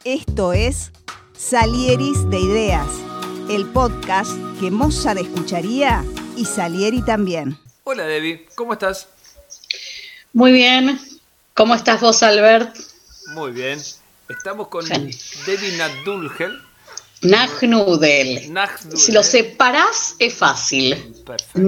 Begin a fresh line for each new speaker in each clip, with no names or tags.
Esto es Salieris de Ideas, el podcast que Mozart escucharía y Salieri también.
Hola Debbie, ¿cómo estás?
Muy bien. ¿Cómo estás vos, Albert?
Muy bien. Estamos con Debbie Nachnudel.
Nachnudel. Si lo separás es fácil.
Perfecto.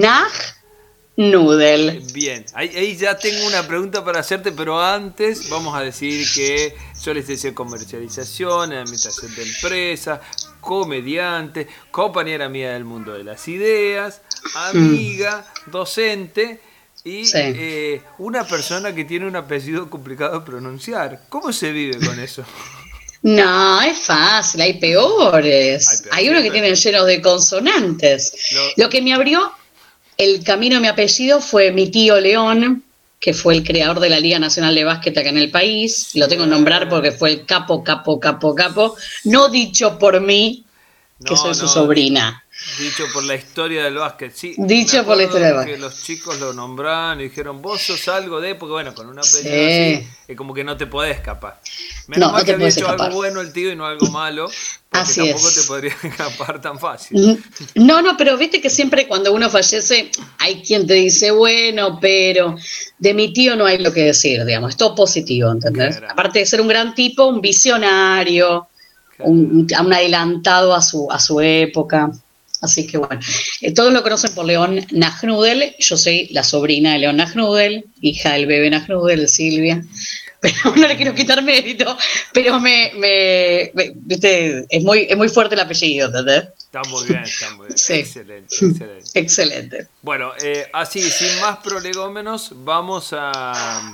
Nachnudel.
Bien, ahí ya tengo una pregunta para hacerte, pero antes vamos a decir que soy licenciado en comercialización, en administración de empresas, comediante, compañera mía del mundo de las ideas, amiga, docente y una persona que tiene un apellido complicado de pronunciar. ¿Cómo se vive con eso?
No, es fácil, hay peores. Hay uno que tienen llenos de consonantes. Lo que me abrió el camino a mi apellido fue mi tío León, que fue el creador de la Liga Nacional de Básquet acá en el país. Lo tengo que nombrar porque fue el capo. No dicho por mí, que soy su sobrina.
Dicho por la historia del básquet, sí.
Dicho por la historia del básquet.
Que los chicos lo nombraron y dijeron, vos sos algo de... Porque bueno, con una apellido así, es como que no te podés escapar. Menos mal que había hecho algo bueno el tío y no algo malo, porque
así
tampoco te podría escapar tan fácil.
No, pero viste que siempre cuando uno fallece hay quien te dice, bueno, pero de mi tío no hay lo que decir, digamos, es todo positivo, ¿entendés? Claro. Aparte de ser un gran tipo, un visionario, claro. un adelantado a su época. Así que bueno, todos lo conocen por León Nachnudel. Yo soy la sobrina de León Nachnudel, hija del bebé Nachnudel, de Silvia. Pero no le quiero quitar mérito, pero ¿viste? Es muy fuerte el apellido, ¿entendés?
Está muy bien. Sí. Excelente. Bueno, así, sin más prolegómenos, vamos a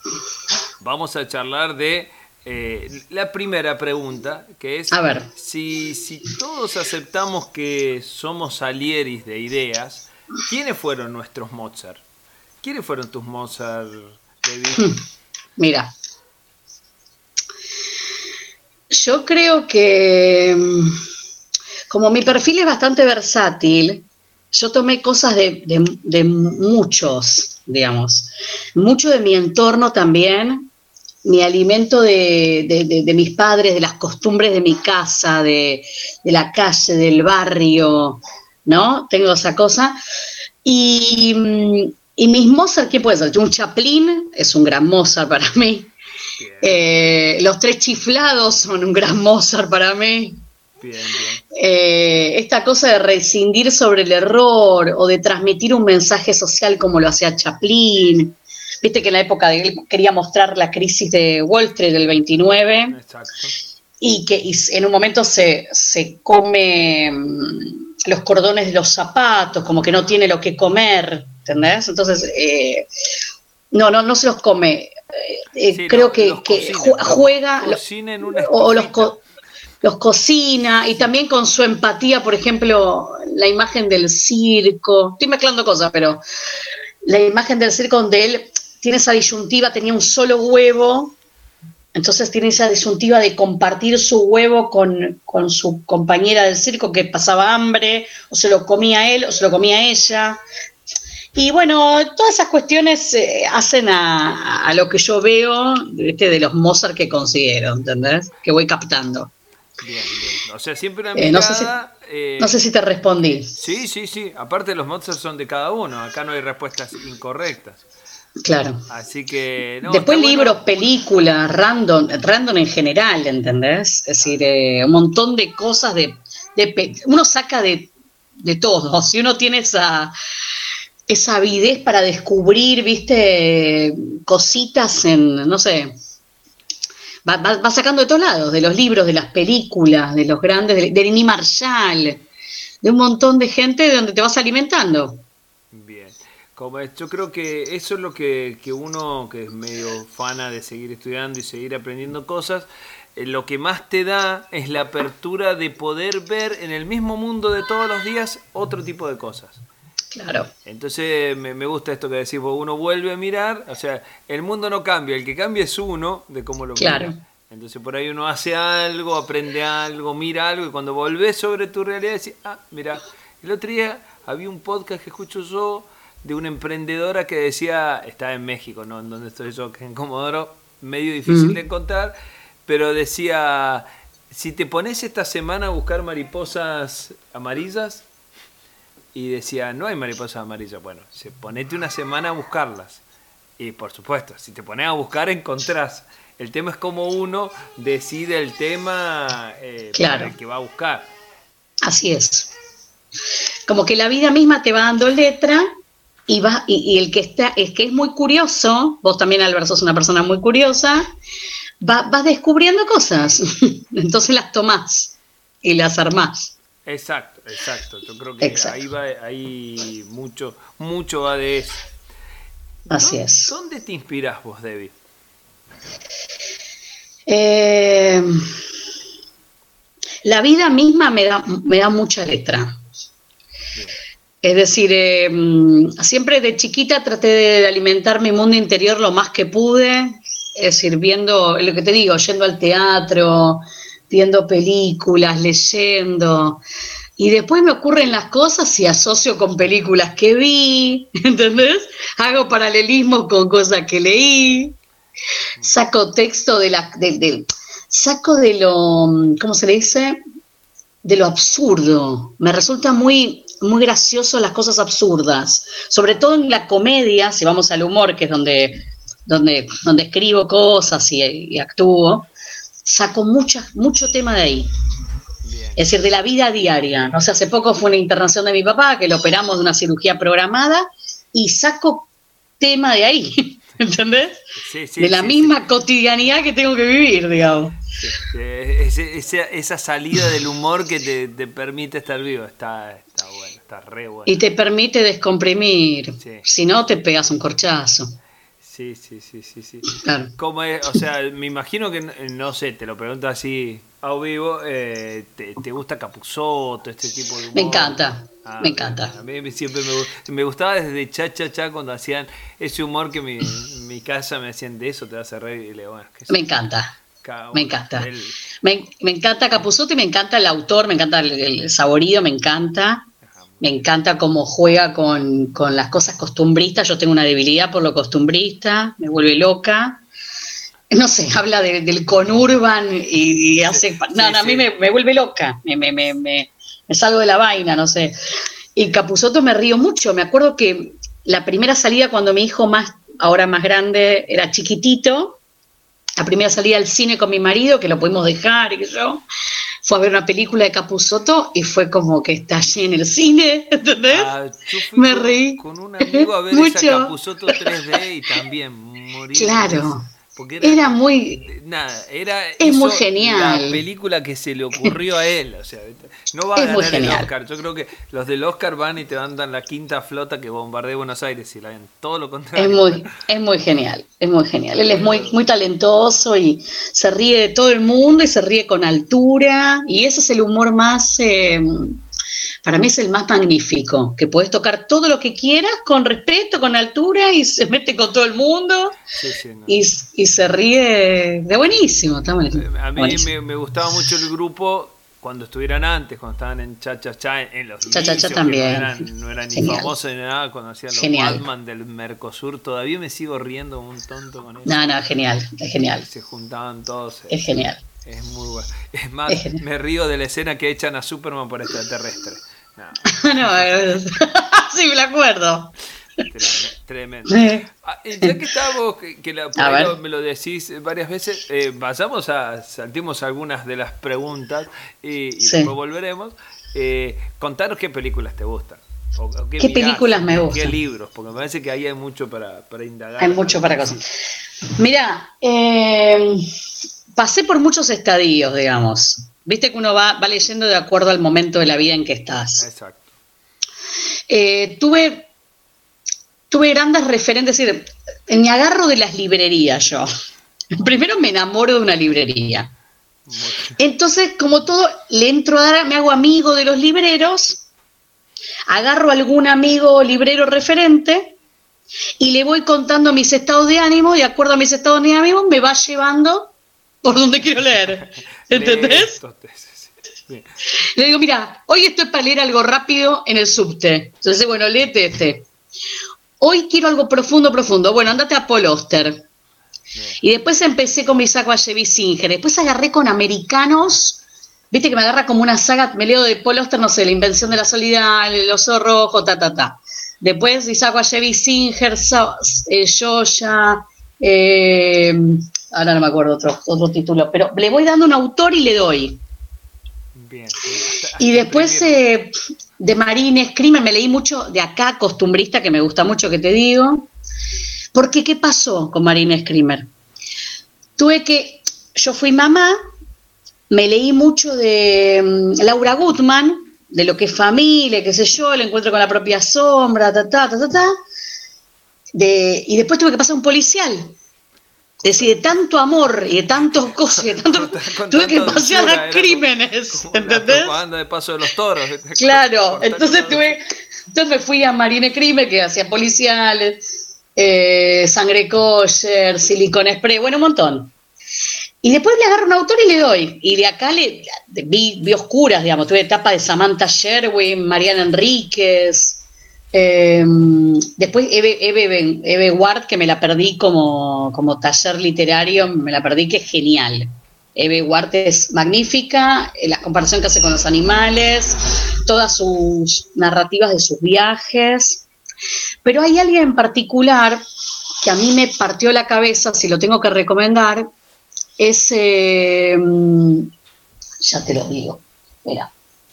charlar de la primera pregunta, que es,
a ver.
Si todos aceptamos que somos Salieris de ideas, ¿quiénes fueron nuestros Mozart? ¿Quiénes fueron tus Mozart, David?
Mira, yo creo que como mi perfil es bastante versátil, yo tomé cosas de muchos, digamos, mucho de mi entorno también. Mi alimento de mis padres, de las costumbres de mi casa, de la calle, del barrio, ¿no? Tengo esa cosa. Y mis Mozart, ¿qué puede ser? Un Chaplin es un gran Mozart para mí. Los Tres Chiflados son un gran Mozart para mí.
Bien.
Esta cosa de rescindir sobre el error o de transmitir un mensaje social como lo hacía Chaplin. Viste que en la época de él quería mostrar la crisis de Wall Street del 29.
Exacto.
Y que en un momento se come los cordones de los zapatos, como que no tiene lo que comer, ¿entendés? Entonces, no se los come. Creo que juega o los cocina, y también con su empatía, por ejemplo, la imagen del circo. Estoy mezclando cosas, pero la imagen del circo donde él tiene esa disyuntiva, tenía un solo huevo, entonces tiene esa disyuntiva de compartir su huevo con su compañera del circo que pasaba hambre, o se lo comía él, o se lo comía ella. Y bueno, todas esas cuestiones hacen a lo que yo veo de los Mozart que considero, ¿entendés? Que voy captando.
Bien. O sea, siempre una mirada...
no sé si te respondí.
Sí. Aparte los Mozart son de cada uno. Acá no hay respuestas incorrectas.
Claro.
Así que... No,
después libros, películas, random en general, ¿entendés? Es decir, un montón de cosas uno saca de todo. Si uno tiene esa avidez para descubrir, ¿viste? Cositas no sé... Va sacando de todos lados, de los libros, de las películas, de los grandes, de Denis Marshall, de un montón de gente de donde te vas alimentando.
Bien. Yo creo que eso es lo que uno que es medio fana de seguir estudiando y seguir aprendiendo cosas, lo que más te da es la apertura de poder ver en el mismo mundo de todos los días otro tipo de cosas.
Claro.
Entonces me gusta esto que decís, porque uno vuelve a mirar, o sea, el mundo no cambia, el que cambia es uno de cómo lo mira. Entonces por ahí uno hace algo, aprende algo, mira algo, y cuando volvés sobre tu realidad decís, mira, el otro día había un podcast que escucho yo de una emprendedora que decía, está en México, no en donde estoy yo, que en Comodoro, medio difícil de encontrar, pero decía, si te pones esta semana a buscar mariposas amarillas, y decía, no hay mariposas amarillas. Bueno, ponete una semana a buscarlas. Y por supuesto, si te pones a buscar, encontrás. El tema es como uno decide el tema para el que va a buscar.
Así es. Como que la vida misma te va dando letra y el que es muy curioso, vos también, Álvaro, sos una persona muy curiosa, vas descubriendo cosas. Entonces las tomás y las armás.
Exacto. Yo creo que ahí mucho va de eso.
Así es.
¿Dónde te inspirás vos, Debbie?
La vida misma me da mucha letra. Bien. Es decir, siempre de chiquita traté de alimentar mi mundo interior lo más que pude, es decir, viendo, lo que te digo, yendo al teatro, viendo películas, leyendo, y después me ocurren las cosas y asocio con películas que vi, ¿entendés? Hago paralelismo con cosas que leí, saco texto saco de lo, ¿cómo se le dice? De lo absurdo. Me resulta muy gracioso las cosas absurdas, sobre todo en la comedia, si vamos al humor, que es donde escribo cosas y actúo, saco mucho tema de ahí. Bien. Es decir, de la vida diaria. No sé, hace poco fue una internación de mi papá, que lo operamos de una cirugía programada, y saco tema de ahí, ¿entendés? De la misma cotidianidad que tengo que vivir, digamos.
Esa salida del humor que te permite estar vivo, está bueno, está re bueno.
Y te permite descomprimir, si no te pegas un corchazo.
Sí.
Claro.
¿Cómo es? O sea, me imagino que, no sé, te lo pregunto así a vivo, ¿te gusta Capusotto, este tipo de humor?
Me encanta.
A mí siempre me gustaba desde Cha cuando hacían ese humor que en mi casa me decían, de eso te vas a reír. Y le digo, bueno,
me encanta. Me encanta. Me encanta Capusotto y me encanta el autor, me encanta el saborido, me encanta. Me encanta cómo juega con las cosas costumbristas. Yo tengo una debilidad por lo costumbrista, me vuelve loca. No sé, habla del conurban y hace... A mí me vuelve loca, me salgo de la vaina, no sé. Y Capusotto me río mucho. Me acuerdo que la primera salida cuando mi hijo ahora más grande, era chiquitito, la primera salida al cine con mi marido, que lo pudimos dejar y que yo... Fue a ver una película de Capusotto y fue como que estallé en el cine, ¿entendés?
Yo fui
reí
con un amigo a ver esa Capusotto 3D y también morí.
Claro.
Porque
era muy... es muy genial.
La película que se le ocurrió a él. O sea, no va a ganar el Oscar. Yo creo que los del Oscar van y te mandan la quinta flota que bombardea Buenos Aires y la ven todo lo contrario.
Es muy genial. Él es muy talentoso y se ríe de todo el mundo y se ríe con altura. Y ese es el humor más... para mí es el más magnífico, que podés tocar todo lo que quieras con respeto, con altura, y se mete con todo el mundo y se ríe de buenísimo. Está buenísimo.
A mí me gustaba mucho el grupo cuando estuvieran antes, cuando estaban en Cha en los inicios,
también.
No eran ni famosos ni nada, cuando hacían los Batman del Mercosur. Todavía me sigo riendo como un tonto con eso.
No, genial.
Se juntaban todos.
Es genial.
Es muy bueno. Es más, me río de la escena que echan a Superman por extraterrestre.
Sí, me acuerdo.
Tremendo. Ya que estábamos, me lo decís varias veces, saltemos algunas de las preguntas y después volveremos. Contanos qué películas te gustan.
¿Qué películas me gustan?
¿Qué libros? Porque me parece que ahí hay mucho para indagar.
Hay mucho para cosas. Mirá, pasé por muchos estadios, digamos. Viste que uno va leyendo de acuerdo al momento de la vida en que estás.
Exacto.
Tuve grandes referentes, es decir, me agarro de las librerías yo. Primero me enamoro de una librería. Entonces, como todo, le entro a dar, me hago amigo de los libreros, agarro a algún amigo librero referente y le voy contando mis estados de ánimo, y de acuerdo a mis estados de ánimo me va llevando por donde quiero leer. ¿Entendés? Le digo, mira, hoy estoy para leer algo rápido en el subte. Entonces, bueno, léete este. Hoy quiero algo profundo. Bueno, andate a Paul Auster. Y después empecé con Isaac Bashevis Singer. Después agarré con americanos. Viste que me agarra como una saga, me leo de Paul Auster, no sé, La invención de la soledad, El oso rojo, Después Isaac Bashevis Singer, Joya, ahora no me acuerdo otro título, pero le voy dando un autor y le doy.
Bien.
Y después de Marine Scrimer me leí mucho de acá, costumbrista, que me gusta mucho, que te digo. Porque, ¿qué pasó con Marine Scrimer? Yo fui mamá, me leí mucho de Laura Gutman, de lo que es familia, qué sé yo, el encuentro con la propia sombra, y después tuve que pasar un policial. Es decir, de tanto amor y de tantos cosas, tuve que pasar a crímenes, ¿entendés?
La propaganda de Paso de los Toros.
Claro, entonces me fui a Marine Scrimer, que hacía policiales, Sangre Kosher, Silicon Spray, bueno, un montón. Y después le agarro un autor y le doy. Y de acá vi oscuras, digamos. Tuve etapa de Samantha Sherwin, Mariana Enríquez. Después Eve Ward, que me la perdí como taller literario, me la perdí, que es genial. Eve Ward es magnífica, la comparación que hace con los animales, todas sus narrativas de sus viajes. Pero hay alguien en particular que a mí me partió la cabeza, si lo tengo que recomendar, es, ya te lo digo, espera.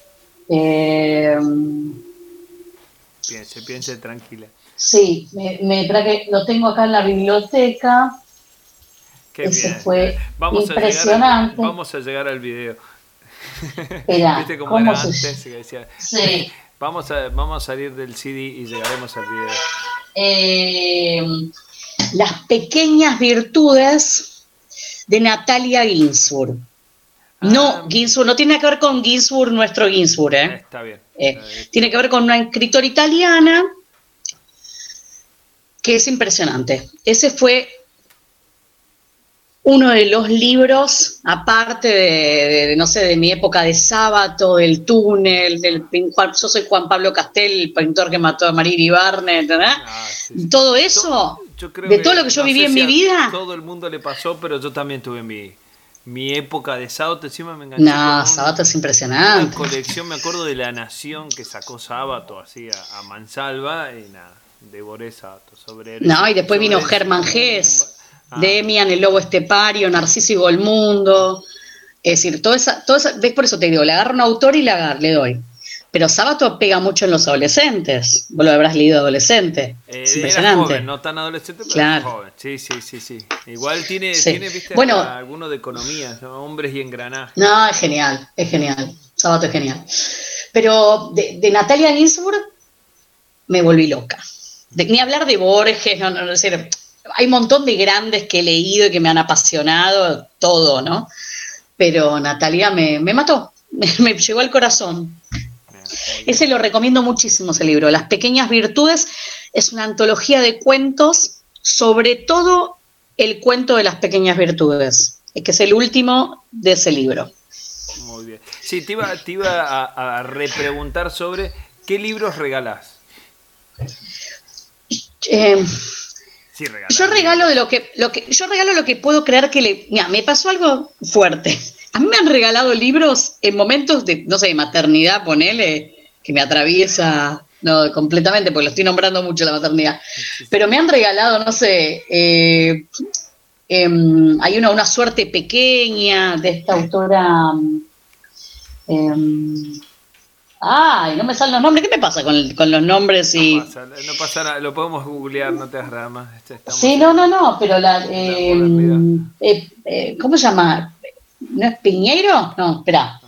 Piense tranquila.
Sí, espera que lo tengo acá en la biblioteca.
Qué
Ese
bien.
fue impresionante.
Vamos a llegar al video.
Espera,
¿viste cómo era antes? Que decía,
sí.
Vamos a salir del CD y llegaremos al video.
Las pequeñas virtudes de Natalia Ginsburg. No, Ginsburg, no tiene que ver con Ginsburg, nuestro Ginsburg,
Está bien.
Tiene que ver con una escritora italiana que es impresionante. Ese fue uno de los libros, aparte de mi época de Sábato, del túnel, yo soy Juan Pablo Castel, el pintor que mató a Mariri Barnett, sí. Todo eso, yo creo de todo lo que yo viví en mi vida.
A todo el mundo le pasó, pero yo también tuve mi época de Sábato, encima me enganché.
No, Sábato es impresionante.
Una colección, me acuerdo de La Nación que sacó Sábato así a mansalva y nada, devoré Sábato.
Y después vino Germán Gess. Demian, El lobo estepario, Narciso y Golmundo. Es decir, toda esa, ves, por eso te digo, le agarro un autor y le doy. Pero Sábato pega mucho en los adolescentes. Vos lo habrás leído adolescente. Es impresionante.
Era joven, no tan adolescente, pero claro. Joven. Sí. Igual tiene viste, alguno de economía, ¿no? Hombres y engranajes.
No, es genial. Sábato es genial. Pero de Natalia Ginsburg me volví loca. Ni hablar de Borges, no, es decir, hay un montón de grandes que he leído y que me han apasionado, todo, ¿no? Pero Natalia me mató, me llegó al corazón. Ese lo recomiendo muchísimo, ese libro. Las pequeñas virtudes es una antología de cuentos, sobre todo el cuento de las pequeñas virtudes, que es el último de ese libro.
Muy bien. Sí, te iba a repreguntar sobre qué libros regalás.
Yo regalo yo regalo lo que puedo creer que mira, me pasó algo fuerte. A mí me han regalado libros en momentos de, no sé, de maternidad, ponele, que me atraviesa completamente, porque lo estoy nombrando mucho la maternidad. Pero me han regalado, no sé, hay una suerte pequeña de esta autora. No me salen los nombres. ¿Qué me pasa con los nombres?
No pasa nada, lo podemos googlear, no te hagas drama.
Sí, no, pero ¿cómo se llama? ¿No es Piñeiro? No, espera.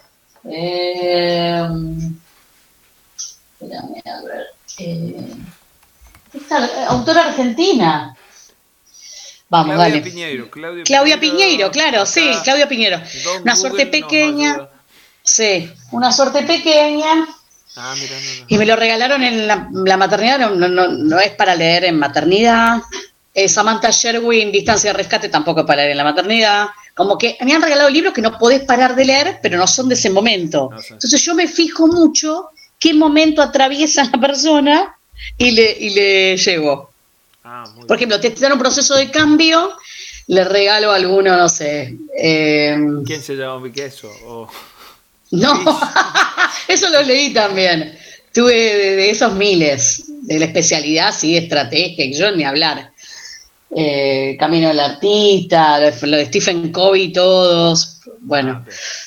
Espérame, a ver. Esta autora argentina. Vamos,
Claudia
dale.
Piñeiro,
Claudia Piñeiro, claro, sí, Claudia Piñeiro. Una suerte pequeña. Sí, una suerte pequeña.
Mira, no.
Y me lo regalaron en la maternidad, no es para leer en maternidad. Samantha Sherwin, Distancia de Rescate, tampoco es para leer en la maternidad. Como que me han regalado libros que no podés parar de leer, pero no son de ese momento. No sé. Entonces yo me fijo mucho qué momento atraviesa la persona y le llevo. Por ejemplo, te dan un proceso de cambio le regalo a alguno, no sé.
¿Quién se llama mi queso?
No, eso lo leí también. Tuve de esos miles, de la especialidad, sí, estrategia, y yo ni hablar. Camino del Artista, lo de Stephen Covey, todos. Bueno,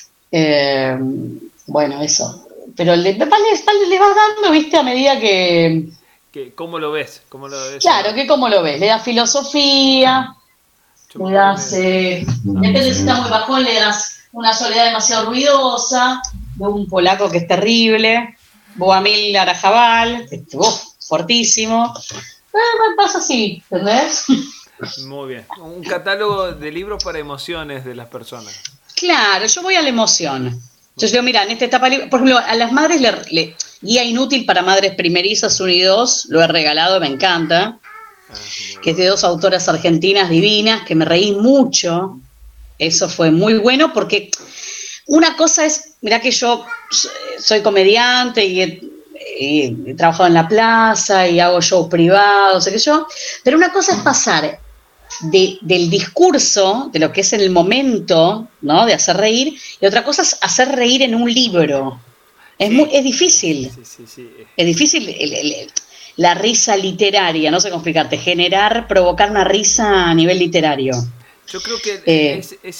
bueno, eso. Pero le vas dando, viste, a medida que...
¿Cómo lo ves? ¿Cómo lo ves?
Claro, que cómo lo ves. Le das filosofía, le das... depende si está muy bajón, le das Una soledad demasiado ruidosa, de un polaco que es terrible, Boamil Arajabal, fortísimo. Pasa así, ¿entendés?
Muy bien. Un catálogo de libros para emociones de las personas.
Claro, yo voy a la emoción. Yo digo, mira, en esta etapa, por ejemplo, a las madres Guía Inútil para Madres Primerizas 1 y 2, lo he regalado, me encanta, que es de 2 autoras argentinas divinas, que me reí mucho. Eso fue muy bueno porque una cosa es, mirá que yo soy comediante y he trabajado en la plaza y hago shows privados, qué sé yo, pero una cosa es pasar del discurso, de lo que es en el momento, ¿no?, de hacer reír, y otra cosa es hacer reír en un libro. Es difícil. Sí. Es difícil la risa literaria, no sé cómo explicarte, provocar una risa a nivel literario.
Yo creo que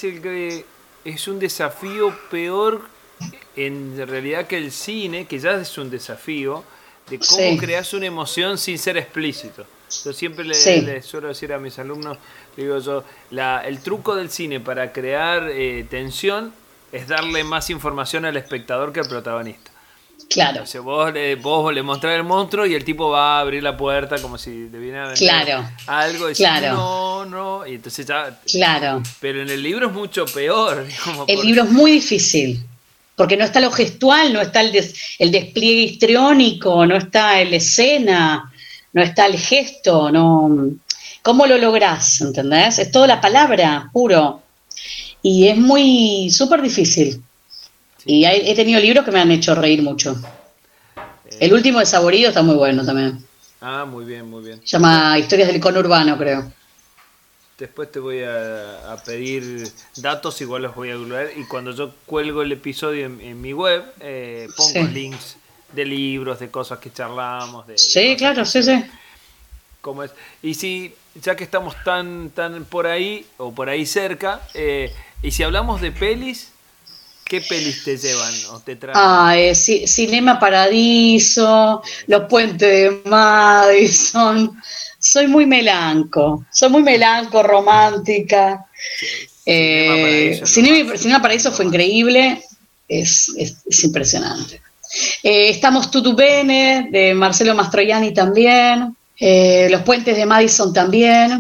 es un desafío peor en realidad que el cine, que ya es un desafío, de cómo creas una emoción sin ser explícito. Yo siempre le suelo decir a mis alumnos, digo yo, el truco del cine para crear tensión es darle más información al espectador que al protagonista.
Claro.
Entonces vos le mostrás el monstruo y el tipo va a abrir la puerta como si le viniera a vender algo y decir, no, y entonces ya...
Claro.
Pero en el libro es mucho peor. Digamos,
el libro es muy difícil, porque no está lo gestual, no está el despliegue histriónico, no está la escena, no está el gesto, no... ¿Cómo lo lográs? ¿Entendés? Es toda la palabra, puro. Y es muy, súper difícil. Y he tenido libros que me han hecho reír mucho. El último de Saborido está muy bueno también.
Muy bien, muy bien.
Se llama Historias del Conurbano, creo.
Después te voy a pedir datos, igual los voy a googlear. Y cuando yo cuelgo el episodio en mi web, pongo links de libros, de cosas que charlamos.
Claro, sí.
¿Cómo es? Y si, ya que estamos tan por ahí, o por ahí cerca, y si hablamos de pelis... ¿Qué pelis te llevan o te traen?
Cinema Paradiso, Los Puentes de Madison. Soy muy melanco, romántica. Cinema Paradiso fue increíble, es impresionante. Estamos Tutto Bene, de Marcello Mastroianni también. Los Puentes de Madison también.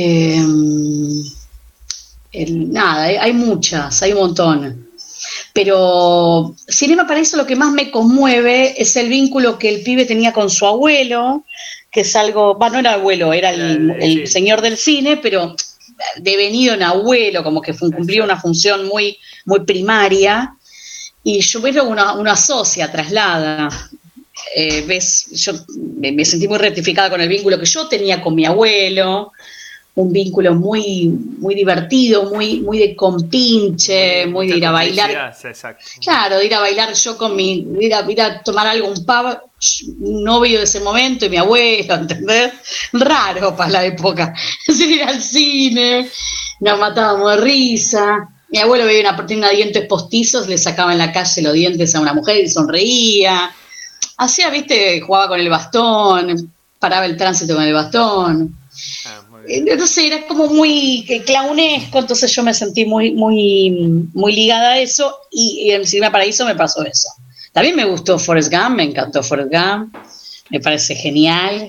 Hay muchas, hay un montón. Pero Cinema Paradiso, lo que más me conmueve es el vínculo que el pibe tenía con su abuelo, que es algo, no era abuelo, era el señor del cine, pero devenido en abuelo, como que cumplía una función muy, muy primaria, y yo veo una asocia, traslada. Yo me sentí muy rectificada con el vínculo que yo tenía con mi abuelo, un vínculo muy, muy divertido, muy de compinche, muy de ir a bailar.
Exacto.
Claro, de ir a bailar yo con ir a tomar algo, un pub, un novio de ese momento y mi abuelo, ¿entendés? Raro para la época. Ir al cine, nos matábamos de risa. Mi abuelo tenía dientes postizos, le sacaba en la calle los dientes a una mujer y sonreía. Hacía, jugaba con el bastón, paraba el tránsito con el bastón. No sé, era como muy clownesco, entonces yo me sentí muy, muy, muy ligada a eso, y en Cinema Paradiso me pasó eso. También me gustó Forrest Gump, me encantó Forrest Gump, me parece genial.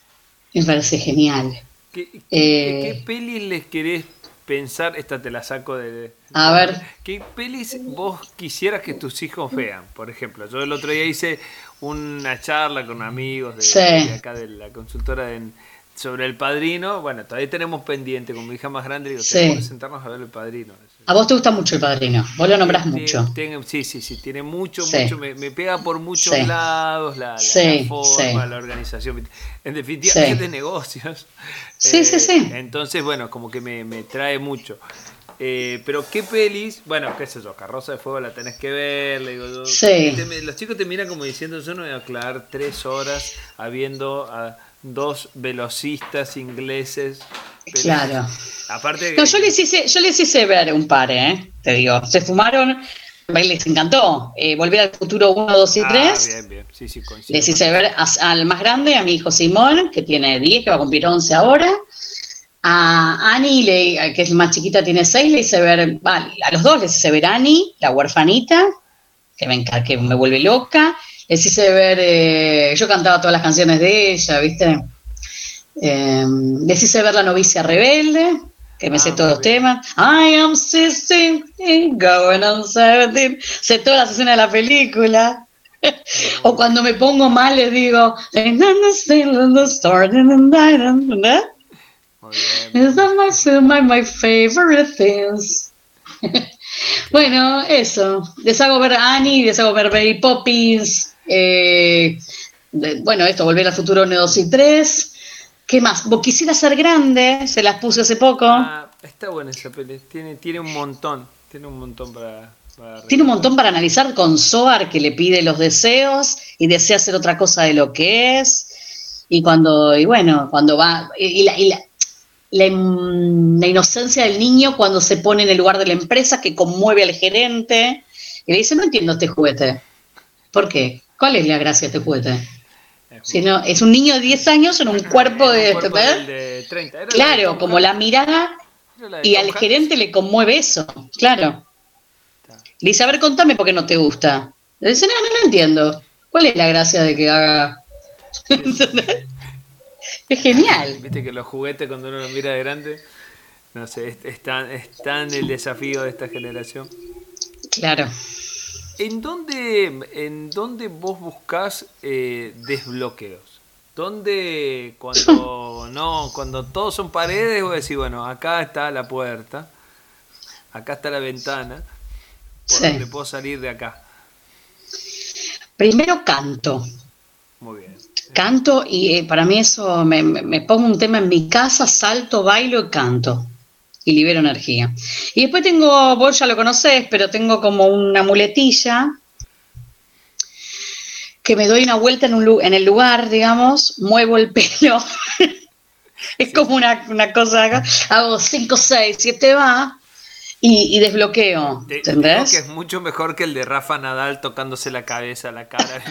¿Qué pelis les querés pensar? Esta te la saco de...
A ver.
¿Qué pelis vos quisieras que tus hijos vean? Por ejemplo, yo el otro día hice una charla con amigos de acá de la consultora sobre El Padrino, bueno, todavía tenemos pendiente, con mi hija más grande, digo,
Sí.
tenemos que sentarnos a ver El Padrino.
A vos te gusta mucho El Padrino, vos lo nombrás mucho.
Sí, tiene mucho,
Sí.
mucho, me pega por muchos
Sí.
lados la
Sí,
forma,
sí.
la organización. En definitiva,
Sí.
es de negocios.
Sí.
Entonces, bueno, como que me trae mucho. Pero qué pelis, bueno, qué sé yo, Carroza de Fuego la tenés que ver, le digo yo.
Sí.
Los chicos te miran como diciendo, yo no voy a clavar 3 horas habiendo a 2 velocistas ingleses.
Claro.
Aparte,
No, yo les hice ver un par, te digo. Se fumaron, les encantó. Volver al futuro 1, 2 y 3.
bien, sí, coincido.
Les hice ver al más grande, a mi hijo Simón, que tiene 10, que va a cumplir 11 ahora. A Annie, que es la más chiquita, tiene 6, le hice ver, a los dos les hice ver Annie, la huerfanita, que me vuelve loca. Les hice ver, yo cantaba todas las canciones de ella, ¿viste? Les hice ver La novicia rebelde, que me sé todos los temas. I am 16, going on 17. Sé todas las escenas de la película. O cuando me pongo mal les digo, ¿no? My favorite things. Bueno, eso. Les hago ver a Annie, les hago ver Mary Poppins. Bueno, esto, Volver al futuro 1, 2 y 3. ¿Qué más? Quisiera ser grande, se las puse hace poco.
Está buena esa peli. Tiene un montón. Tiene un montón
Tiene un montón para analizar con Zohar, que le pide los deseos y desea hacer otra cosa de lo que es. Cuando va. La inocencia del niño cuando se pone en el lugar de la empresa, que conmueve al gerente y le dice, no entiendo este juguete. ¿Por qué? ¿Cuál es la gracia de este juguete? Si no, es un niño de 10 años en un cuerpo
de 30.
Claro, como la mirada, y al gerente le conmueve eso, claro. Le dice, a ver, contame por qué no te gusta. Le dice, no entiendo. ¿Cuál es la gracia de que haga? Es genial.
Viste que los juguetes, cuando uno los mira de grande, no sé, es tan el desafío de esta generación.
Claro.
¿En dónde vos buscás desbloqueos? ¿Dónde cuando todos son paredes vos decís, bueno, acá está la puerta, acá está la ventana, por donde puedo salir de acá?
Primero canto.
Muy bien.
Canto y para mí eso, me pongo un tema en mi casa, salto, bailo y canto. Y libero energía. Y después vos ya lo conocés, pero tengo como una muletilla que me doy una vuelta en el lugar, digamos, muevo el pelo. Es como una cosa acá. Hago 5, 6, 7 va y desbloqueo. ¿Entendés?
Digo que es mucho mejor que el de Rafa Nadal tocándose la cabeza, la cara.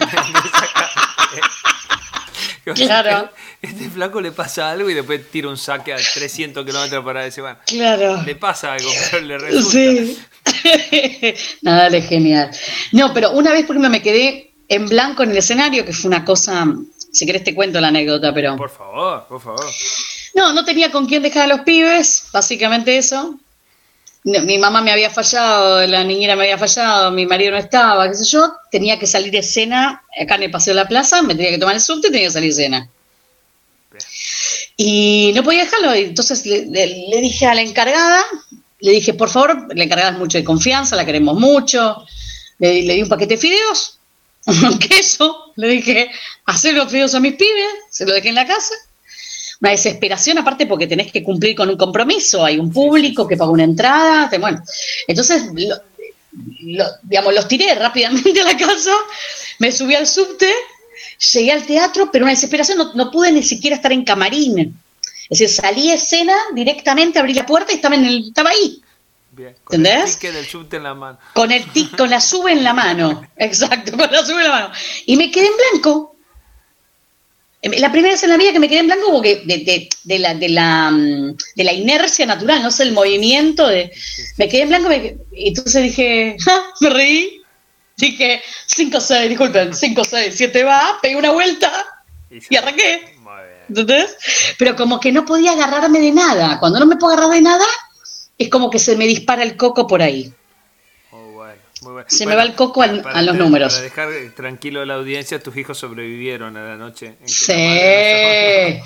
Claro.
Este flaco le pasa algo y después tira un saque a 300 kilómetros para decir, bueno,
claro,
le pasa algo, pero le resulta.
Sí. Nada, es genial. No, pero una vez, por ejemplo, me quedé en blanco en el escenario, que fue una cosa, si querés te cuento la anécdota, pero...
Por favor.
No tenía con quién dejar a los pibes, básicamente eso. Mi mamá me había fallado, la niñera me había fallado, mi marido no estaba, qué sé yo. Tenía que salir de escena, acá en el Paseo de la Plaza, me tenía que tomar el subte y tenía que salir de escena.
Bien.
Y no podía dejarlo, entonces le dije a la encargada, le dije, por favor, la encargada es mucho de confianza, la queremos mucho, le di un paquete de fideos, un queso, le dije, hacer los fideos a mis pibes, se lo dejé en la casa. Una desesperación, aparte porque tenés que cumplir con un compromiso, hay un público que paga una entrada, bueno, entonces los tiré rápidamente a la casa, me subí al subte, llegué al teatro, pero una desesperación, no pude ni siquiera estar en camarín, es decir, salí a escena directamente, abrí la puerta y estaba ahí.
Bien, con ¿entendés? El ticket del subte en la mano.
Con la sube en la mano, exacto, con la sube en la mano, y me quedé en blanco. La primera vez en la vida que me quedé en blanco porque de la inercia natural, no sé, el movimiento, me quedé en blanco y entonces dije, me reí, dije 5, 6, disculpen, 5, 6, 7 va, pegué una vuelta y arranqué, ¿entendés? Pero como que no podía agarrarme de nada, cuando no me puedo agarrar de nada, es como que se me dispara el coco por ahí.
Muy bueno.
Me va el coco a los números.
Para dejar tranquilo a la audiencia, tus hijos sobrevivieron a la noche. En que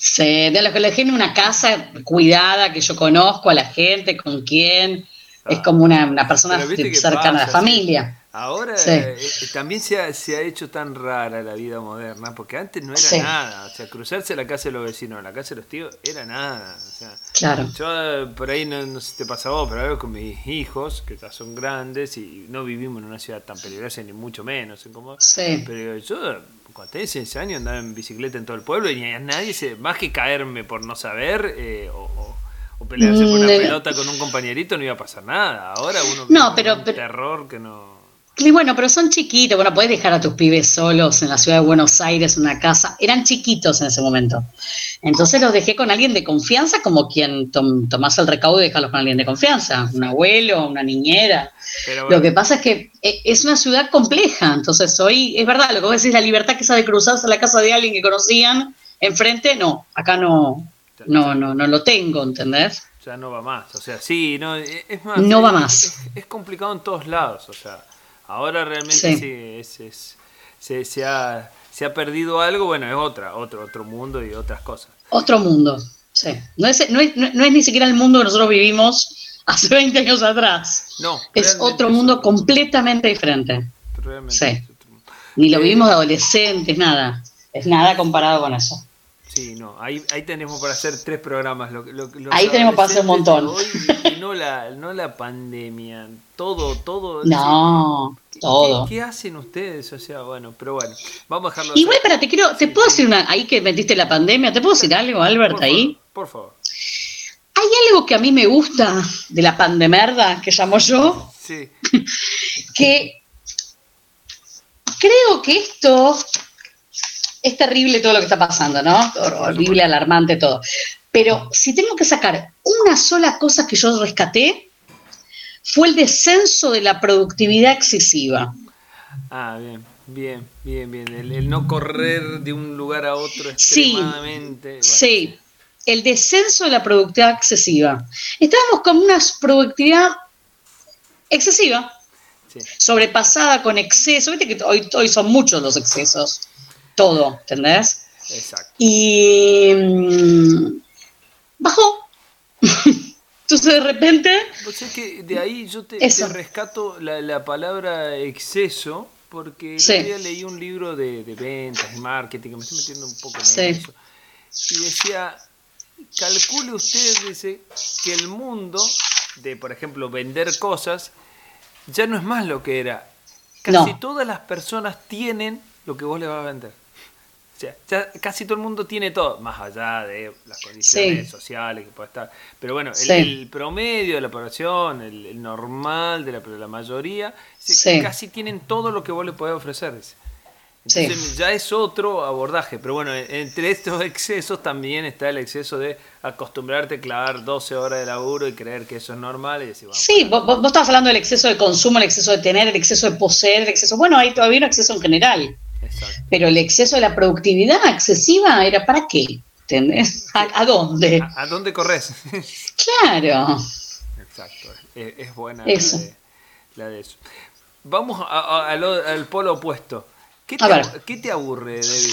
Sí, de los que le dejé en una casa cuidada, que yo conozco a la gente, con quién. Es como una persona
Pero viste que
cercana a la
pasa, sí.
familia.
Ahora
Sí,
también se ha hecho tan rara la vida moderna, porque antes no era
sí,
nada. O sea, cruzarse la casa de los vecinos, la casa de los tíos, era nada. O sea,
claro.
yo por ahí no sé si te pasa a vos, pero algo con mis hijos, que ya son grandes y no vivimos en una ciudad tan peligrosa, ni mucho menos.
Sí.
Pero yo, cuando tenía 6 años, andaba en bicicleta en todo el pueblo y a nadie más que caerme por no saber o pelearse por una pelota con un compañerito, no iba a pasar nada. Ahora uno vive
No,
un terror que no...
y bueno, pero son chiquitos. Bueno, podés dejar a tus pibes solos en la ciudad de Buenos Aires, en una casa. Eran chiquitos en ese momento. Entonces los dejé con alguien de confianza, como quien tomás el recaudo y dejarlos con alguien de confianza. Un abuelo, una niñera.
Pero bueno,
Lo que pasa es que es una ciudad compleja. Entonces hoy, es verdad, lo que vos decís, la libertad que esa de cruzarse a la casa de alguien que conocían enfrente, no, acá no lo tengo, ¿entendés?
ya no va más. O sea, sí, no, es más,
No va más.
es complicado en todos lados. O sea, ahora realmente sí, se ha perdido algo. Bueno, es otro mundo y otras cosas.
Otro mundo, sí. No es ni siquiera el mundo que nosotros vivimos hace 20 años atrás.
No,
es otro mundo completamente diferente.
Realmente
Sí.
es otro mundo.
Ni lo vivimos de adolescentes, nada. Es nada comparado con eso.
Sí, no, ahí tenemos para hacer 3 programas. Los
ahí tenemos para hacer un montón.
Hoy, y no la pandemia, todo.
No, todo.
¿Qué hacen ustedes? O sea, bueno, pero bueno, vamos a dejarlo.
Igual, ¿te puedo decir ahí que metiste la pandemia? ¿Te puedo decir algo, Albert, ahí?
Por favor.
Hay algo que a mí me gusta de la pandemerda, que llamo yo,
Sí.
que creo que esto es terrible todo lo que está pasando, ¿no? Horrible, alarmante todo. Pero si tengo que sacar una sola cosa que yo rescaté, fue el descenso de la productividad excesiva.
Ah, bien. El no correr de un lugar a otro extremadamente.
Sí, el descenso de la productividad excesiva. Estábamos con una productividad excesiva, sí, sobrepasada con exceso. Viste que hoy son muchos los excesos. Todo, ¿entendés?
Exacto.
Y bajó. Entonces de repente...
O sea que de ahí yo te rescato la palabra exceso, porque el otro día leí un libro de ventas y marketing, que me estoy metiendo un poco en eso, y decía, calcule usted, dice, que el mundo de, por ejemplo, vender cosas, ya no es más lo que era. Casi todas las personas tienen lo que vos le vas a vender. O sea, ya casi todo el mundo tiene todo, más allá de las condiciones sociales que puede estar. Pero bueno, el promedio de la población, el normal de la mayoría, casi tienen todo lo que vos le podés ofrecer. Entonces ya es otro abordaje. Pero bueno, entre estos excesos también está el exceso de acostumbrarte a clavar 12 horas de laburo y creer que eso es normal. Y decir,
vos estabas hablando del exceso de consumo, el exceso de tener, el exceso de poseer, el exceso... Bueno, hay todavía un exceso en general.
Exacto.
Pero el exceso de la productividad excesiva era ¿para qué? ¿Entendés? ¿A dónde?
¿A dónde corres?
Claro.
Exacto. Es buena la de eso. Vamos al polo opuesto. ¿Qué te aburre, Debbie?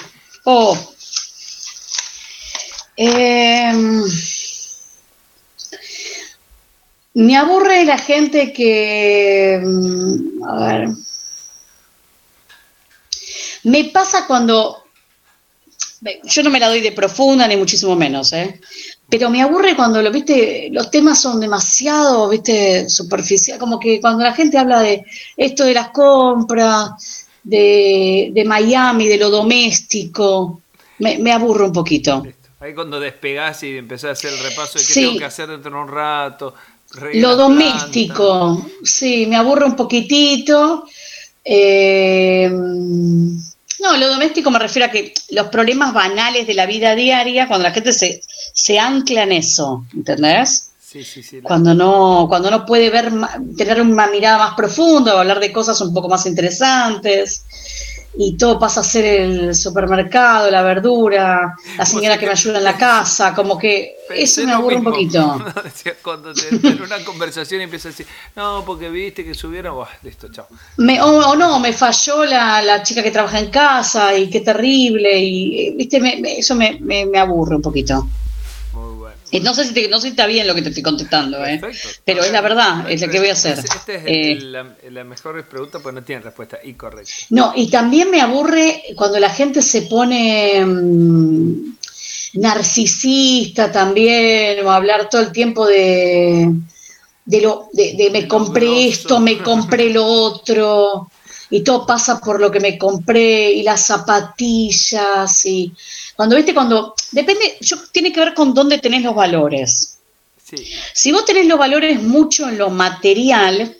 Me aburre la gente que... A ver... Me pasa cuando, yo no me la doy de profunda ni muchísimo menos, pero me aburre cuando los temas son demasiado, superficial, como que cuando la gente habla de esto de las compras, de Miami, de lo doméstico, me aburre un poquito.
Ahí cuando despegás y empezás a hacer el repaso de qué tengo que hacer dentro de un rato.
Lo doméstico, sí, me aburre un poquitito. No, lo doméstico me refiero a que los problemas banales de la vida diaria, cuando la gente se ancla en eso, ¿entendés?
Sí.
Cuando no puede tener una mirada más profunda o hablar de cosas un poco más interesantes. y todo pasa a ser el supermercado, la verdura, la señora que me ayuda en la casa, como que eso me aburre un poquito.
Cuando en una conversación empieza a decir, no, porque viste que subieron, listo, chao.
O no, me falló la chica que trabaja en casa y qué terrible, y viste, eso me aburre un poquito.
Muy bueno.
Y no sé si está bien lo que te estoy contestando,
Perfecto.
pero es la verdad, es lo que voy a hacer.
Esta es la mejor pregunta, pues no tiene respuesta incorrecta.
No, y también me aburre cuando la gente se pone narcisista también, o hablar todo el tiempo de me compré esto, me compré lo otro, y todo pasa por lo que me compré, y las zapatillas, y depende, tiene que ver con dónde tenés los valores.
Sí.
Si vos tenés los valores mucho en lo material,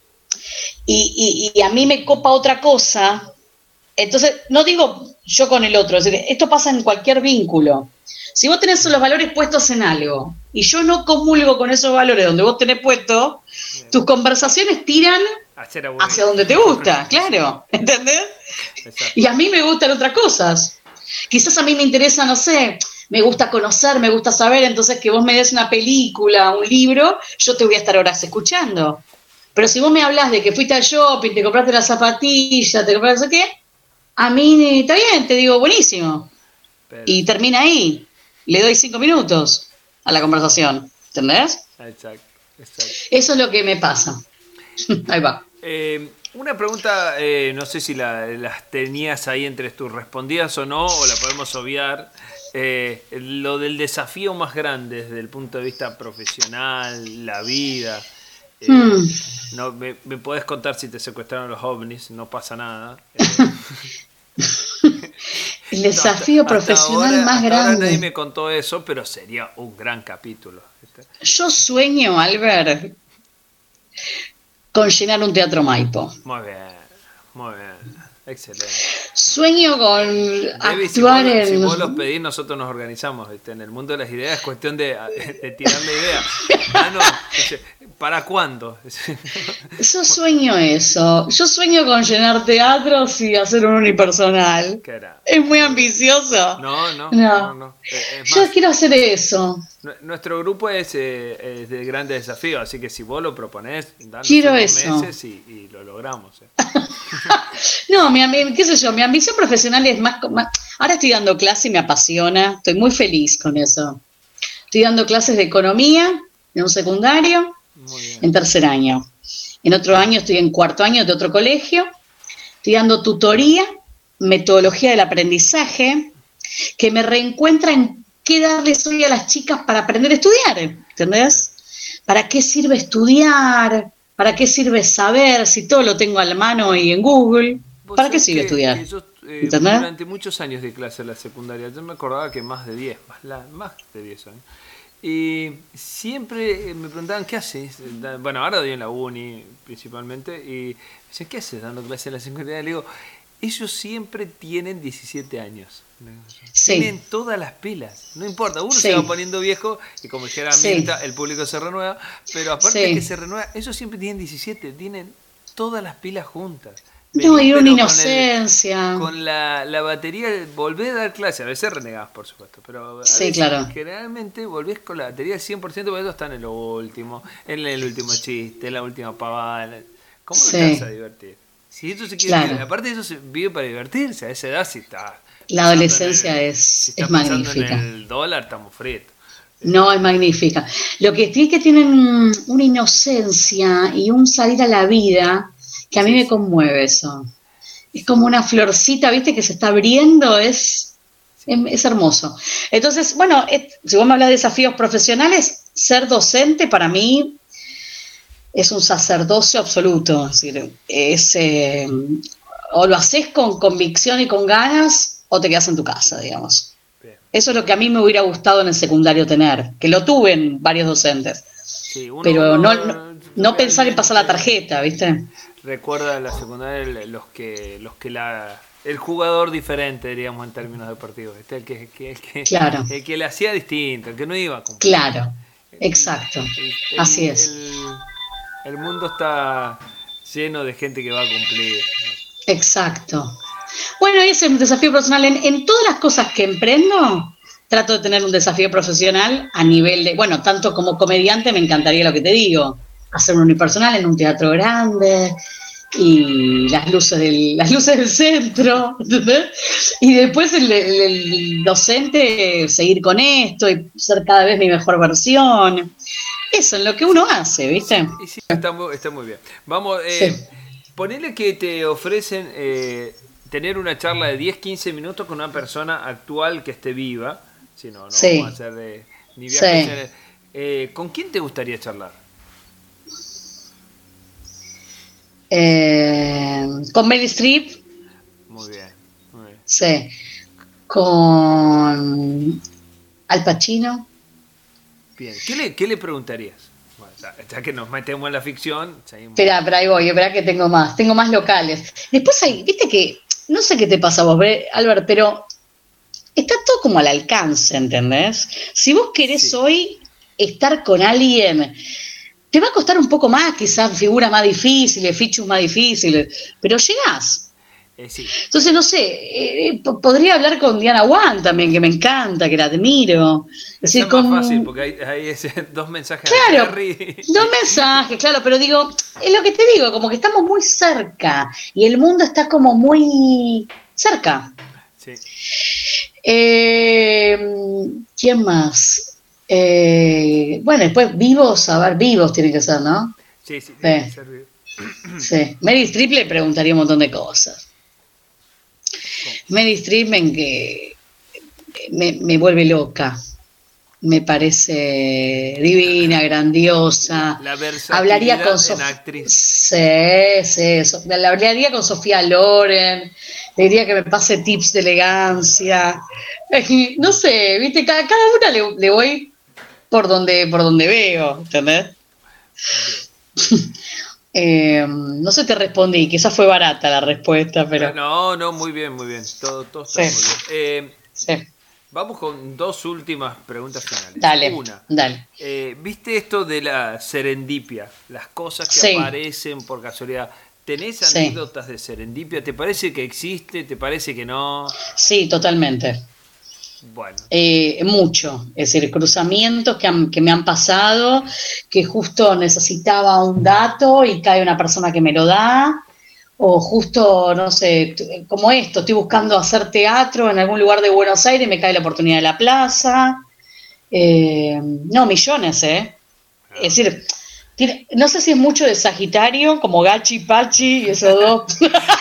y a mí me copa otra cosa, entonces, no digo yo con el otro, es decir, esto pasa en cualquier vínculo. Si vos tenés los valores puestos en algo, y yo no comulgo con esos valores donde vos tenés puesto, tus conversaciones tiran hacia donde te gusta, claro, ¿entendés? Exacto. Y a mí me gustan otras cosas. Quizás a mí me interesa, no sé, me gusta conocer, me gusta saber, entonces que vos me des una película, un libro, yo te voy a estar horas escuchando. Pero si vos me hablas de que fuiste al shopping, te compraste las zapatillas, te compraste no sé qué, a mí está bien, te digo buenísimo. Y termina ahí. Le doy 5 minutos a la conversación. ¿Entendés?
Exacto.
Eso es lo que me pasa. Ahí va.
Una pregunta, no sé si las tenías ahí entre tus respondidas o no, o la podemos obviar. Lo del desafío más grande desde el punto de vista profesional, la vida. No, me podés contar si te secuestraron los ovnis, no pasa nada.
El desafío profesional más grande.
Ahora nadie me contó eso, pero sería un gran capítulo.
Yo sueño, Albert, con llenar un teatro Maipo.
Muy bien. Excelente.
Sueño con
Debbie,
actuar
si vos los pedís, nosotros nos organizamos. ¿Viste? En el mundo de las ideas es cuestión de tirarle ideas. ¿Para cuándo?
Yo sueño eso. Yo sueño con llenar teatros y hacer un unipersonal. Es muy ambicioso.
No.
Yo quiero hacer eso.
Nuestro grupo es de grandes desafíos, así que si vos lo proponés, danos
quiero
unos
eso.
meses y lo logramos.
No, qué sé yo, mi ambición profesional es más. Ahora estoy dando clase y me apasiona. Estoy muy feliz con eso. Estoy dando clases de economía en un secundario, en tercer año. En otro año estoy en cuarto año de otro colegio. Estoy dando tutoría, metodología del aprendizaje, que me reencuentra en qué darles hoy a las chicas para aprender a estudiar, ¿entendés? ¿Para qué sirve estudiar? ¿Para qué sirve saber si todo lo tengo a la mano y en Google? ¿Para qué sirve estudiar?
Yo, durante muchos años de clase en la secundaria, yo me acordaba que más de 10 años. Y siempre me preguntaban, ¿qué haces? Bueno, ahora doy en la uni principalmente, y me dicen, ¿qué haces dando clase en la secundaria? Le digo, ellos siempre tienen 17 años.
Sí.
Tienen todas las pilas. No importa, uno se va poniendo viejo y como dijera Mirta, el público se renueva. Pero aparte de que se renueva, ellos siempre tienen 17, tienen todas las pilas juntas.
No, y una inocencia.
Con la batería, volvés a dar clase. A veces renegás, por supuesto. Pero
claro.
Generalmente volvés con la batería al 100%, porque ellos están en lo último, en el último chiste, en la última pavada. ¿Cómo no te vas a divertir? Si ellos se quieren, aparte de eso, se vive para divertirse. A esa edad sí está.
La adolescencia es magnífica.
En el dólar estamos fritos.
No, es magnífica. Lo que sí es que tienen una inocencia y un salir a la vida que a mí me conmueve eso. Es como una florcita, ¿viste? Que se está abriendo, es hermoso. Entonces, bueno, si vos me hablas de desafíos profesionales, ser docente para mí es un sacerdocio absoluto. Es decir, o lo haces con convicción y con ganas, o te quedas en tu casa, digamos. Bien. Eso es lo que a mí me hubiera gustado en el secundario tener, que lo tuve en varios docentes. Sí, pero no pensar en pasar la tarjeta, ¿viste?
Recuerda en la secundaria el jugador diferente, diríamos, en términos deportivos, ¿viste? El que le hacía distinto, el que no iba a cumplir.
Claro, exacto, así es.
El mundo está lleno de gente que va a cumplir, ¿no?
Exacto. Bueno, ese es un desafío personal. En todas las cosas que emprendo, trato de tener un desafío profesional a nivel de, bueno, tanto como comediante me encantaría lo que te digo, hacer un unipersonal en un teatro grande y las luces del centro, ¿entendés? Y después el docente seguir con esto y ser cada vez mi mejor versión. Eso es lo que uno hace, ¿viste?
Sí, está muy bien. Vamos,
Sí.
ponele que te ofrecen tener una charla de 10-15 minutos con una persona actual que esté viva. Si no, no
Sí.
vamos a hacer ni viajes.
Sí.
¿Con quién te gustaría charlar?
Con Meryl Streep,
Muy bien, muy bien.
sí. Con Al Pacino.
Bien. ¿Qué le preguntarías? Bueno, ya que nos metemos en la ficción, seguimos.
Espera, ahí voy, espera que tengo más locales. Después hay, viste que, no sé qué te pasa a vos, Albert, pero está todo como al alcance, ¿entendés? Si vos querés hoy estar con alguien, te va a costar un poco más, quizás figuras más difíciles, fichus más difíciles, pero llegás.
Sí.
Entonces, no sé, podría hablar con Diana Wan también, que me encanta, que la admiro. Es decir,
Es más fácil, porque hay dos mensajes
claro,
a Terry.
dos mensajes, claro, pero digo, es lo que te digo, como que estamos muy cerca y el mundo está como muy cerca.
Sí.
¿Quién más? Bueno, después vivos tienen que ser, ¿no?
Sí, tiene que ser vivo.
Sí. Meryl Streep le preguntaría un montón de cosas. Meryl Streep me vuelve loca. Me parece divina, grandiosa.
La versatilidad
Hablaría con
en actriz.
Sí, hablaría con Sofía Loren. Le diría que me pase tips de elegancia. No sé, viste, cada una le voy por donde veo, ¿entendés? No sé, te respondí, quizás fue barata la respuesta, pero...
No, muy bien. Todo está muy bien.
Sí.
Vamos con dos últimas preguntas finales.
Dale.
Una,
dale.
¿Viste esto de la serendipia? Las cosas que aparecen por casualidad. ¿Tenés anécdotas de serendipia? ¿Te parece que existe? ¿Te parece que no?
Sí, totalmente.
Bueno.
Mucho, es decir, cruzamientos que me han pasado, que justo necesitaba un dato y cae una persona que me lo da, o justo, no sé, como esto, estoy buscando hacer teatro en algún lugar de Buenos Aires y me cae la oportunidad de la plaza. No, millones, Es decir, no sé si es mucho de Sagitario, como Gachi, Pachi y esos dos.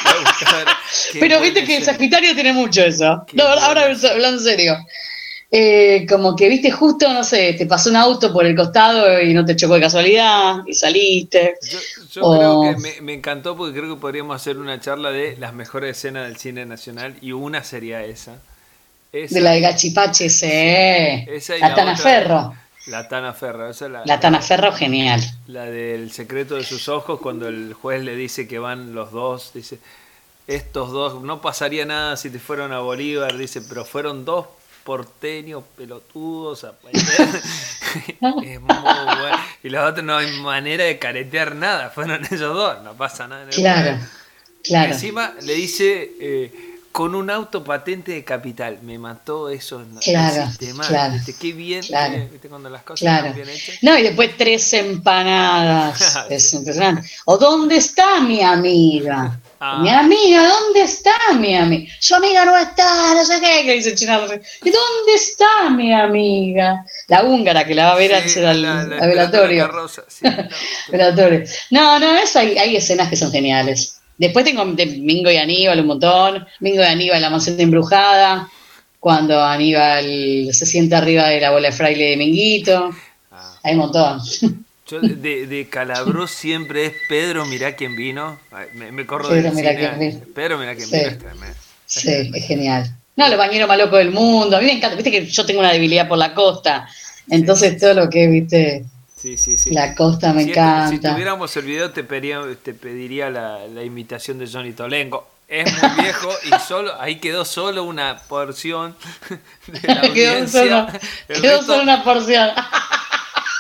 Pero viste que Sagitario tiene mucho eso. No, ahora hablando en serio. Como que viste justo, no sé, te pasó un auto por el costado y no te chocó de casualidad y saliste.
Yo creo que me encantó porque creo que podríamos hacer una charla de las mejores escenas del cine nacional y una sería esa.
De la de Gachipache, la Tana Ferro.
La Tana Ferro, esa es
la Tana Ferro, genial.
La del secreto de sus ojos, cuando el juez le dice que van los dos, dice, estos dos, no pasaría nada si te fueron a Bolívar, dice, pero fueron dos porteños pelotudos a es muy bueno. Y los otros no hay manera de caretear nada, fueron ellos dos, no pasa nada.
Claro.
Y encima le dice... con un auto patente de capital. Me mató eso.
Claro.
¿Viste? Qué bien. ¿Viste? Cuando las cosas están bien hechas.
No, y después 3 empanadas. Es impresionante. ¿O dónde está mi amiga? Mi amiga, ¿dónde está mi amiga? Su amiga no está, no sé qué, que dice China. ¿Y dónde está mi amiga? La húngara que la va a ver al velatorio. Velatorio. No, hay escenas que son geniales. Después tengo de Mingo y Aníbal un montón. Mingo y Aníbal, la mansión embrujada. Cuando Aníbal se sienta arriba de la bola de fraile de Minguito. Hay un montón.
Yo de Calabró siempre es Pedro, mirá quién vino. Me corro
Pedro,
del
mirá
cine.
quién vino.
Pedro, mirá quién vino. Es tremendo.
Sí, es genial. No, los bañeros más locos del mundo. A mí me encanta. Viste que yo tengo una debilidad por la costa. Entonces todo lo que viste...
Sí.
La costa me encanta.
Si tuviéramos el video te pediría la imitación de Johnny Tolengo. Es muy viejo y ahí quedó solo una porción de la audiencia.
Quedó solo una porción.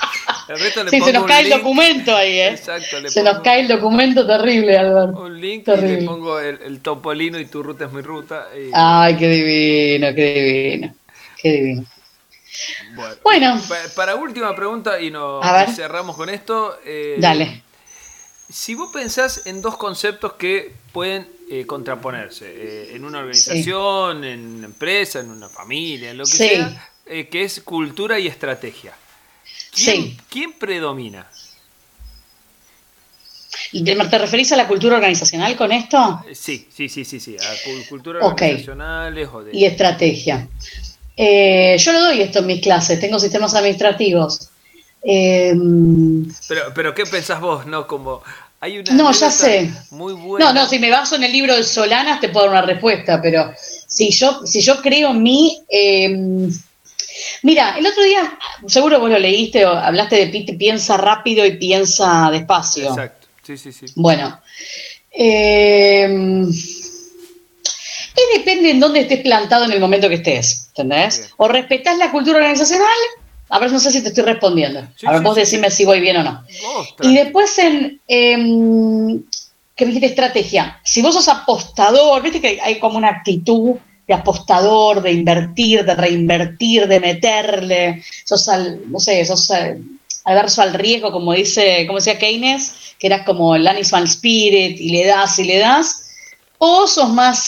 El resto le
Sí,
pongo
se nos
un
cae el
link.
documento ahí, ¿eh?
Exacto,
Se nos cae el documento terrible, Alberto.
un link y
Terrible.
le pongo el topolino y tu ruta es mi ruta.
Ay, qué divino, qué divino. Qué divino. Bueno,
Para última pregunta y
a ver,
cerramos con esto.
dale.
Si vos pensás en dos conceptos que pueden contraponerse, en una
Sí,
organización, en una empresa, en una familia, en lo que
sí,
sea, que es cultura y estrategia,
sí.
¿quién predomina?
¿Te referís a la cultura organizacional con esto?
Sí, a cultura
Ok,
organizacionales o
y
de...
estrategia. Yo lo doy esto en mis clases, tengo sistemas administrativos.
Pero ¿qué pensás vos? No, como hay una
No, ya
anécdota
sé.
muy
No,
buena.
si me baso en el libro de Solanas te puedo dar una respuesta, pero si yo creo en mí, mira, el otro día, seguro vos lo leíste o hablaste de piensa rápido y piensa despacio.
Exacto, sí.
Bueno, depende en dónde estés plantado en el momento que estés, ¿entendés?
Bien.
O respetás la cultura organizacional, a ver, no sé si te estoy respondiendo. A ver, vos decime si voy bien o no.
Vos,
Y
tranqui.
después ¿qué me dijiste? Estrategia. Si vos sos apostador, viste que hay como una actitud de apostador, de invertir, de reinvertir, de meterle, no sé, sos adverso al riesgo, como decía Keynes, que eras como el animal spirit, y le das, o sos más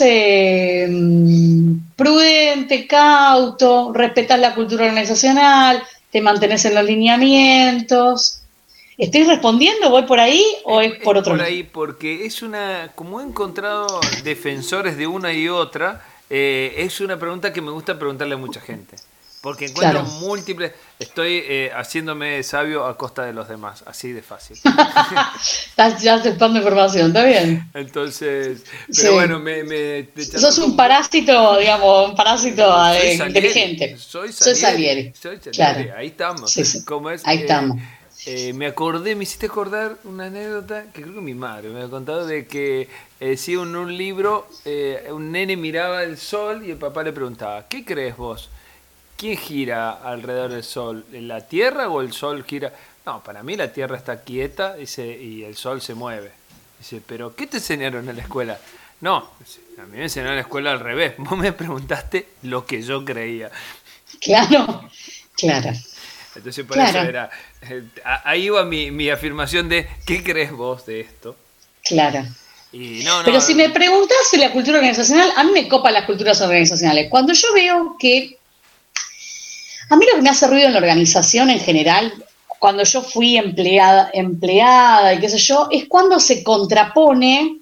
prudente, cauto, respetás la cultura organizacional, te mantenés en los lineamientos. ¿Estoy respondiendo? ¿Voy por ahí o es
Es
por otro
por
lado?
ahí, porque como he encontrado defensores de una y otra, es una pregunta que me gusta preguntarle a mucha gente. Porque encuentro
Claro.
múltiples, estoy haciéndome sabio a costa de los demás, así de fácil.
Estás ya aceptando información, está bien.
Entonces, pero bueno,
Sí.
te charlo
Sos un
con vos.
parásito, digamos, un parásito
Soy Salieri,
inteligente. Soy Salieri. Claro.
ahí estamos.
Sí, sí.
Como es,
Ahí estamos.
me hiciste acordar una anécdota que creo que mi madre me ha contado de que sí, en un libro un nene miraba el sol y el papá le preguntaba, ¿qué crees vos? ¿Quién gira alrededor del sol? ¿La Tierra o el sol gira? No, para mí la Tierra está quieta y el sol se mueve. Dice, ¿pero qué te enseñaron en la escuela? No, a mí me enseñaron en la escuela al revés. Vos me preguntaste lo que yo creía.
Claro, claro,
Entonces por eso
claro,
era... ahí iba mi afirmación de ¿qué crees vos de esto?
claro.
Y no,
Pero si me preguntás si la cultura organizacional, a mí me copan las culturas organizacionales. Cuando yo veo que, a mí lo que me hace ruido en la organización en general, cuando yo fui empleada y qué sé yo, es cuando se contrapone,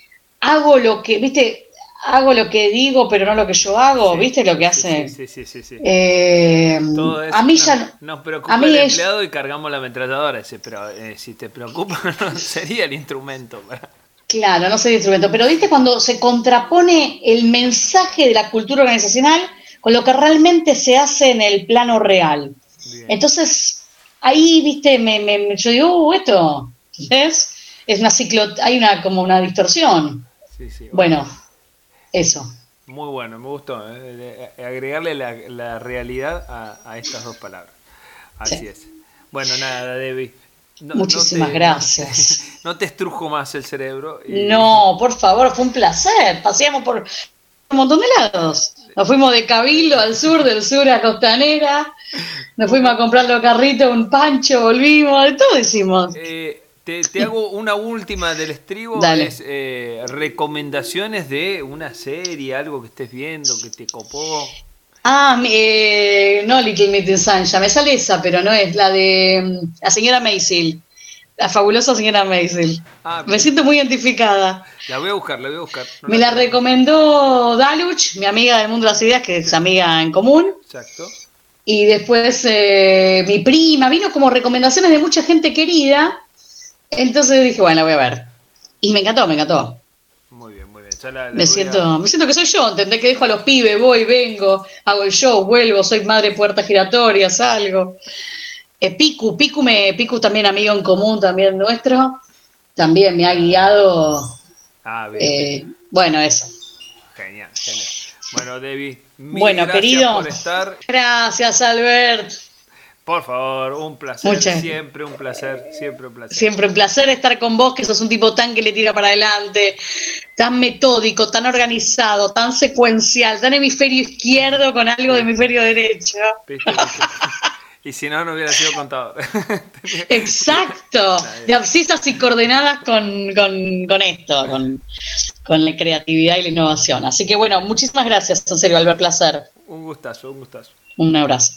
hago lo que digo, pero no lo que yo hago,
sí,
¿viste? Lo que
sí,
hace.
sí, sí, sí, sí. Todo
A
eso
mí ya,
nos
a
preocupa
mí
el
es,
empleado y cargamos la ametralladora. Dice, pero si te preocupa no sería el instrumento.
claro, no sé de instrumento, pero ¿viste cuando se contrapone el mensaje de la cultura organizacional con lo que realmente se hace en el plano real?
Bien.
Entonces, ahí, ¿viste? Yo digo, esto, ¿ves? Es una como una distorsión.
Sí, bueno.
Bueno, eso.
Muy bueno, me gustó. Agregarle la realidad a estas dos palabras. Así
Sí.
es. Bueno, nada, Debbie.
Muchísimas gracias.
No te estrujo más el cerebro.
No, por favor, fue un placer. Paseamos por un montón de lados. Nos fuimos de Cabildo al sur, del sur a Costanera. Nos fuimos a comprar los carritos, un pancho, volvimos, de todo hicimos.
Te hago una última del estribo,
Dale.
es recomendaciones de una serie, algo que estés viendo, que te copó.
No Little Miss Sunshine, me sale esa, pero no es la de la señora Maisel, la fabulosa señora Maisel. Me
Bien.
siento muy identificada.
La voy a buscar. No
Me la
tengo.
recomendó Daluch, mi amiga del mundo de las ideas, que es amiga en común.
Exacto.
Y después mi prima, vino como recomendaciones de mucha gente querida. Entonces dije, bueno, la voy a ver. Y me encantó, me encantó.
Muy bien. Ya
Me siento que soy yo, ¿entendés? Que dejo a los pibes, voy, vengo, hago el show, vuelvo, soy madre puerta giratoria, salgo. Picu también amigo en común, también nuestro, también me ha guiado.
Bien.
Bueno, eso.
Genial. Bueno, Debbie, mil
Bueno,
gracias
querido,
por estar.
gracias, Albert.
Por favor, un placer,
Muchas.
siempre un placer, siempre un placer.
Siempre un placer estar con vos, que sos un tipo tan que le tira para adelante, tan metódico, tan organizado, tan secuencial, tan hemisferio izquierdo con algo de hemisferio derecho.
¿Viste? Y si no, no hubiera sido contador.
Exacto, de abscisas y coordenadas con la creatividad y la innovación. Así que bueno, muchísimas gracias, en serio, Albert, placer.
Un gustazo, un gustazo.
Un abrazo.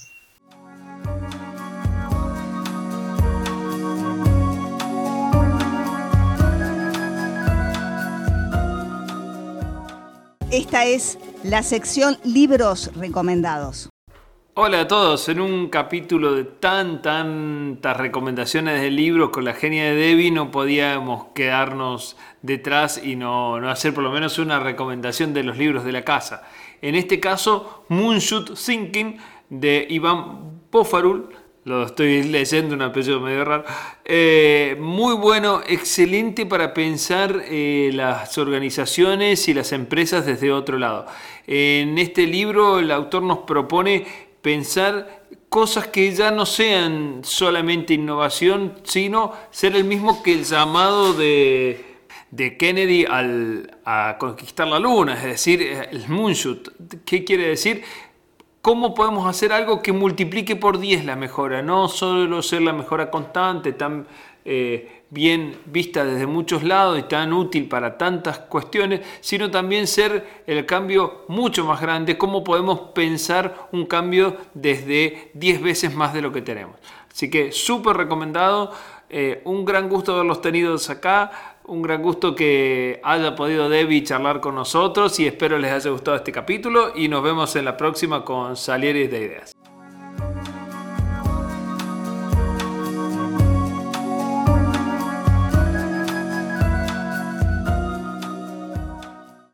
Esta es la sección Libros Recomendados.
Hola a todos, en un capítulo de tantas recomendaciones de libros con la genia de Debbie no podíamos quedarnos detrás y no hacer por lo menos una recomendación de los libros de la casa. En este caso, Moonshot Thinking de Iván Pofarul. Lo estoy leyendo, un apellido medio raro. Muy bueno, excelente para pensar las organizaciones y las empresas desde otro lado. En este libro el autor nos propone pensar cosas que ya no sean solamente innovación, sino ser el mismo que el llamado de Kennedy a conquistar la luna, es decir, el moonshot. ¿Qué quiere decir? ¿Cómo podemos hacer algo que multiplique por 10 la mejora? No solo ser la mejora constante, tan bien vista desde muchos lados y tan útil para tantas cuestiones, sino también ser el cambio mucho más grande. ¿Cómo podemos pensar un cambio desde 10 veces más de lo que tenemos? Así que súper recomendado. Un gran gusto haberlos tenido acá. Un gran gusto que haya podido Debbie charlar con nosotros y espero les haya gustado este capítulo y nos vemos en la próxima con Salieri de Ideas.